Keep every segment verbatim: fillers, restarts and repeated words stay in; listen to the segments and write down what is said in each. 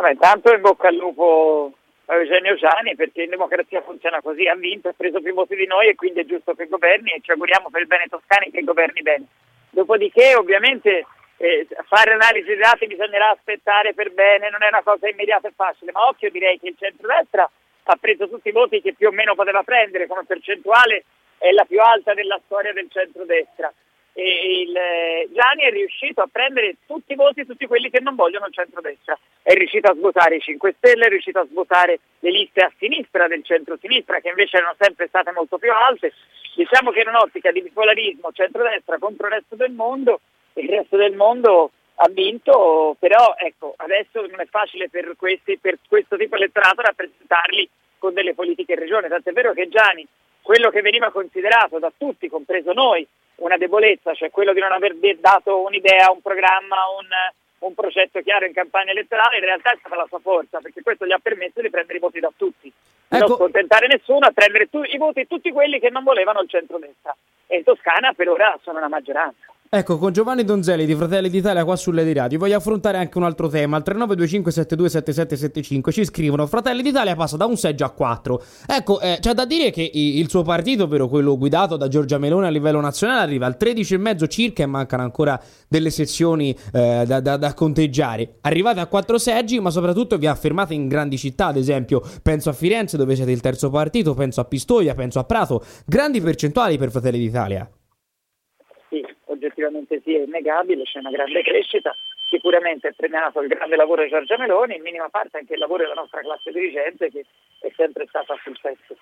Vabbè, tanto in bocca al lupo a Eugenio Giani, perché in democrazia funziona così, ha vinto, ha preso più voti di noi e quindi è giusto che governi e ci auguriamo per il bene toscani che governi bene. Dopodiché ovviamente eh, fare analisi dei dati bisognerà aspettare per bene, non è una cosa immediata e facile, ma occhio, direi che il centrodestra ha preso tutti i voti che più o meno poteva prendere, come percentuale è la più alta della storia del centrodestra. E il eh, Giani è riuscito a prendere tutti i voti, tutti quelli che non vogliono il centrodestra, è riuscito a svuotare i cinque Stelle, è riuscito a svuotare le liste a sinistra del centro-sinistra che invece erano sempre state molto più alte. Diciamo che in un'ottica di bipolarismo centrodestra contro il resto del mondo, il resto del mondo ha vinto, però ecco, adesso non è facile per questi, per questo tipo di elettorato rappresentarli con delle politiche in regione, tant'è vero che Giani, quello che veniva considerato da tutti, compreso noi, una debolezza, cioè quello di non aver dato un'idea, un programma, un, un progetto chiaro in campagna elettorale, in realtà è stata la sua forza, perché questo gli ha permesso di prendere i voti da tutti, ecco. Non scontentare nessuno, a prendere tu, i voti tutti quelli che non volevano il centrodestra, e in Toscana per ora sono una maggioranza. Ecco, con Giovanni Donzelli di Fratelli d'Italia qua sulle di Radio voglio affrontare anche un altro tema. Al tre nove due cinque sette due sette sette sette cinque ci scrivono: Fratelli d'Italia passa da un seggio a quattro. Ecco, eh, c'è da dire che il suo partito, ovvero quello guidato da Giorgia Meloni a livello nazionale, arriva al tredici virgola cinque circa e mancano ancora delle sezioni eh, da, da, da conteggiare. Arrivate a quattro seggi, ma soprattutto vi affermate in grandi città, ad esempio penso a Firenze dove siete il terzo partito, penso a Pistoia, penso a Prato. Grandi percentuali per Fratelli d'Italia. Sì, oggettivamente sì, è innegabile, c'è una grande crescita, sicuramente è premiato il grande lavoro di Giorgia Meloni, in minima parte anche il lavoro della nostra classe dirigente che è sempre stata sul pezzo.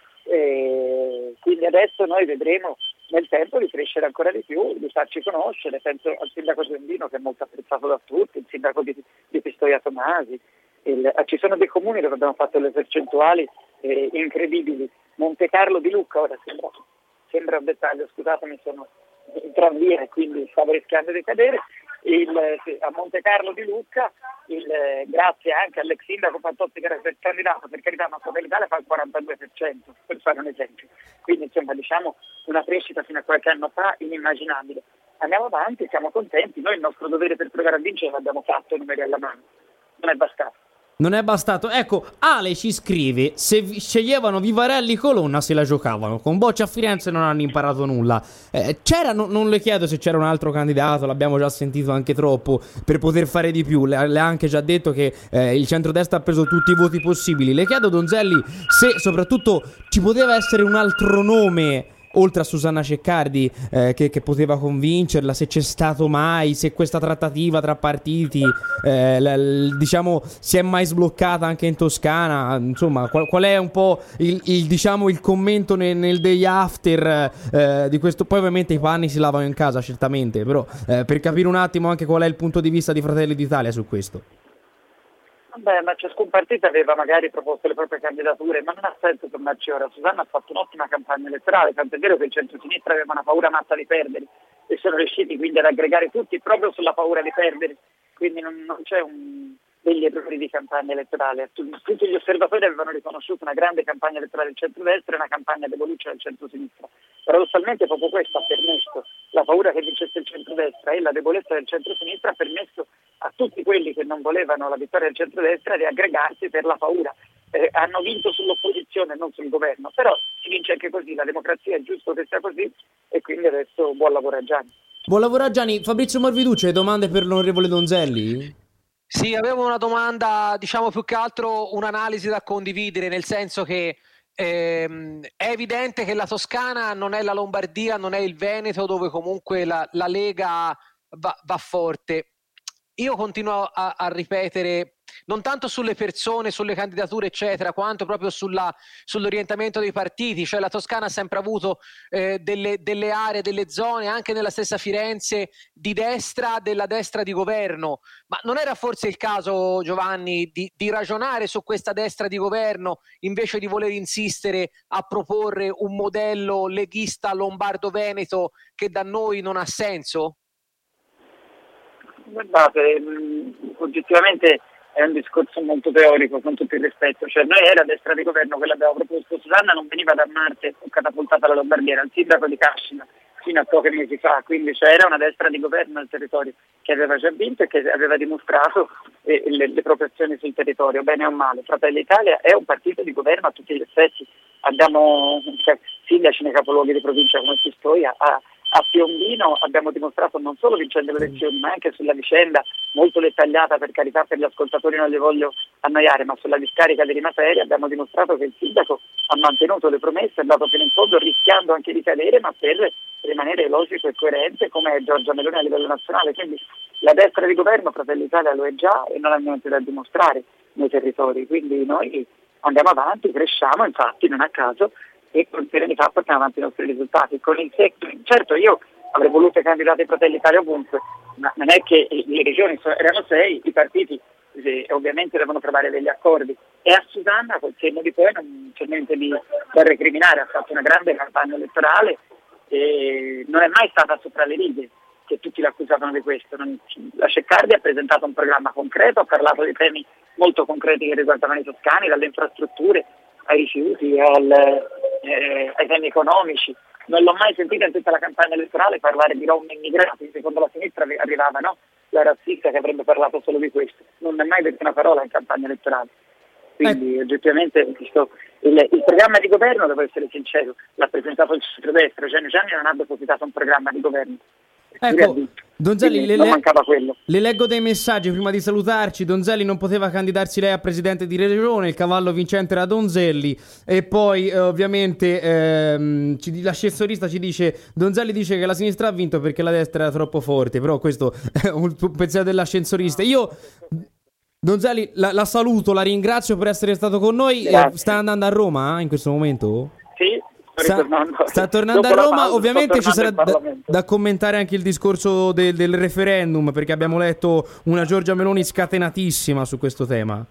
E quindi adesso noi vedremo nel tempo di crescere ancora di più, di farci conoscere, penso al sindaco Giondino che è molto apprezzato da tutti, il sindaco di, di Pistoia Tomasi, il, ci sono dei comuni dove abbiamo fatto le percentuali eh, incredibili, Monte Carlo di Lucca, ora sembra, sembra un dettaglio, scusatemi, sono in tranvia e quindi stavo rischiando di cadere, il, a Monte Carlo di Lucca, il, grazie anche all'ex sindaco Fantozzi che era il candidato, per carità, ma Fratelli d'Italia fa il quarantadue per cento, per fare un esempio. Quindi insomma diciamo una crescita fino a qualche anno fa inimmaginabile. Andiamo avanti, siamo contenti, noi il nostro dovere per provare a vincere l'abbiamo fatto, numeri alla mano, non è bastato. Non è bastato. Ecco, Ale ci scrive: se sceglievano Vivarelli Colonna se la giocavano, con Boccia a Firenze non hanno imparato nulla. eh, C'era, no, non le chiedo se c'era un altro candidato, l'abbiamo già sentito anche troppo, per poter fare di più. Le, le ha anche già detto che eh, il centrodestra ha preso tutti i voti possibili. Le chiedo, Donzelli, se soprattutto ci poteva essere un altro nome oltre a Susanna Ceccardi eh, che, che poteva convincerla, se c'è stato mai, se questa trattativa tra partiti eh, l, l, diciamo si è mai sbloccata anche in Toscana. Insomma, qual, qual è un po' il, il diciamo il commento nel, nel day after eh, di questo? Poi ovviamente i panni si lavano in casa, certamente, però eh, per capire un attimo anche qual è il punto di vista di Fratelli d'Italia su questo. Vabbè, ma ciascun partito aveva magari proposto le proprie candidature, ma non ha senso tornarci ora. Susanna ha fatto un'ottima campagna elettorale, tanto è vero che il centro-sinistra aveva una paura matta di perdere e sono riusciti quindi ad aggregare tutti proprio sulla paura di perdere, quindi non, non c'è un, degli errori di campagna elettorale. Tutti gli osservatori avevano riconosciuto una grande campagna elettorale del centro-destra e una campagna deboluccia del centro-sinistra. Paradossalmente proprio questo ha permesso, la paura che vincesse il centro-destra e la debolezza del centro-sinistra ha permesso a tutti quelli che non volevano la vittoria del centrodestra di aggregarsi per la paura. Eh, hanno vinto sull'opposizione, non sul governo, però si vince anche così, la democrazia è giusto che sia così e quindi adesso buon lavoro a Gianni. Buon lavoro a Gianni. Fabrizio Morviducci, hai domande per l'onorevole Donzelli? Sì, avevo una domanda, diciamo più che altro un'analisi da condividere, nel senso che ehm, è evidente che la Toscana non è la Lombardia, non è il Veneto, dove comunque la, la Lega va, va forte. Io continuo a, a ripetere, non tanto sulle persone, sulle candidature eccetera, quanto proprio sulla, sull'orientamento dei partiti. Cioè la Toscana ha sempre avuto eh, delle, delle aree, delle zone, anche nella stessa Firenze, di destra, della destra di governo. Ma non era forse il caso, Giovanni, di, di ragionare su questa destra di governo invece di voler insistere a proporre un modello leghista lombardo-veneto che da noi non ha senso? Guardate, mh, oggettivamente è un discorso molto teorico, con tutto il rispetto, cioè noi era destra di governo che l'abbiamo proposto. Susanna non veniva da Marte o catapultata alla Lombardia, era il sindaco di Cascina, fino a pochi mesi fa, quindi c'era una destra di governo al territorio che aveva già vinto e che aveva dimostrato eh, le, le proprie azioni sul territorio, bene o male. Fratelli d'Italia è un partito di governo a tutti gli effetti, abbiamo cioè, sindaci nei capoluoghi di provincia come Pistoia, a, a Piombino abbiamo dimostrato non solo vincendo le elezioni ma anche sulla vicenda molto dettagliata, per carità, per gli ascoltatori non li voglio annoiare, ma sulla discarica di Rimaseri abbiamo dimostrato che il sindaco ha mantenuto le promesse, è andato fino in fondo rischiando anche di cadere, ma per rimanere logico e coerente come è Giorgia Meloni a livello nazionale. Quindi la destra di governo, Fratelli d'Italia lo è già e non ha niente da dimostrare nei territori, quindi noi andiamo avanti, cresciamo, infatti non a caso, e con serenità portiamo avanti i nostri risultati. Con il secco, certo io avrei voluto i candidati Fratelli d'Italia ovunque, ma non è che le regioni erano sei, i partiti eh, ovviamente devono trovare degli accordi, e a Susanna col senno di poi non c'è niente di da recriminare, ha fatto una grande campagna elettorale e non è mai stata sopra le righe, che tutti l'accusavano di questo. Non, la Ceccardi ha presentato un programma concreto, ha parlato di temi molto concreti che riguardavano i toscani, dalle infrastrutture ai rifiuti, al, eh, ai temi economici. Non l'ho mai sentita in tutta la campagna elettorale parlare di rom immigrati, secondo la sinistra arrivava, no? La razzista che avrebbe parlato solo di questo. Non ha mai detto una parola in campagna elettorale. Quindi eh. oggettivamente questo, il, il programma di governo, devo essere sincero, l'ha presentato il centrodestra, Eugenio Gianni non ha depositato un programma di governo. Ecco, Donzelli, le, non mancava quello. Le leggo dei messaggi prima di salutarci. Donzelli non poteva candidarsi lei a presidente di regione, il cavallo vincente era Donzelli. E poi eh, ovviamente ehm, ci, l'ascensorista ci dice: Donzelli dice che la sinistra ha vinto perché la destra era troppo forte. Però questo è un pensiero dell'ascensorista. Io Donzelli la, la saluto, la ringrazio per essere stato con noi. eh, Sta andando a Roma eh, in questo momento? Sì. Sta, sta tornando a Roma, pausa, ovviamente ci sarà da, da commentare anche il discorso del, del referendum, perché abbiamo letto una Giorgia Meloni scatenatissima su questo tema.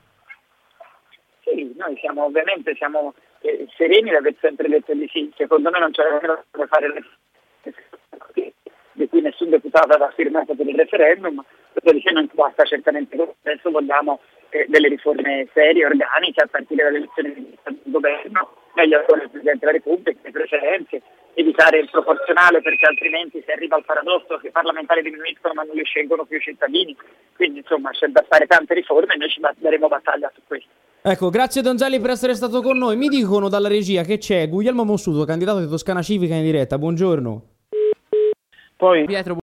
Sì, noi siamo ovviamente siamo eh, sereni di aver sempre detto di sì, secondo me non c'era nemmeno come fare le... di cui nessun deputato aveva firmato per il referendum, dopodiché non basta certamente, adesso vogliamo eh, delle riforme serie, organiche, a partire dall'elezione del governo, meglio con il Presidente della Repubblica, le preferenze, evitare il proporzionale, perché altrimenti si arriva al paradosso che i parlamentari diminuiscono ma non li scelgono più i cittadini. Quindi insomma c'è da fare tante riforme e noi ci daremo battaglia su questo. Ecco, grazie Donzelli per essere stato con noi. Mi dicono dalla regia che c'è Guglielmo Mossuto, candidato di Toscana Civica in diretta. Buongiorno. Poi Pietro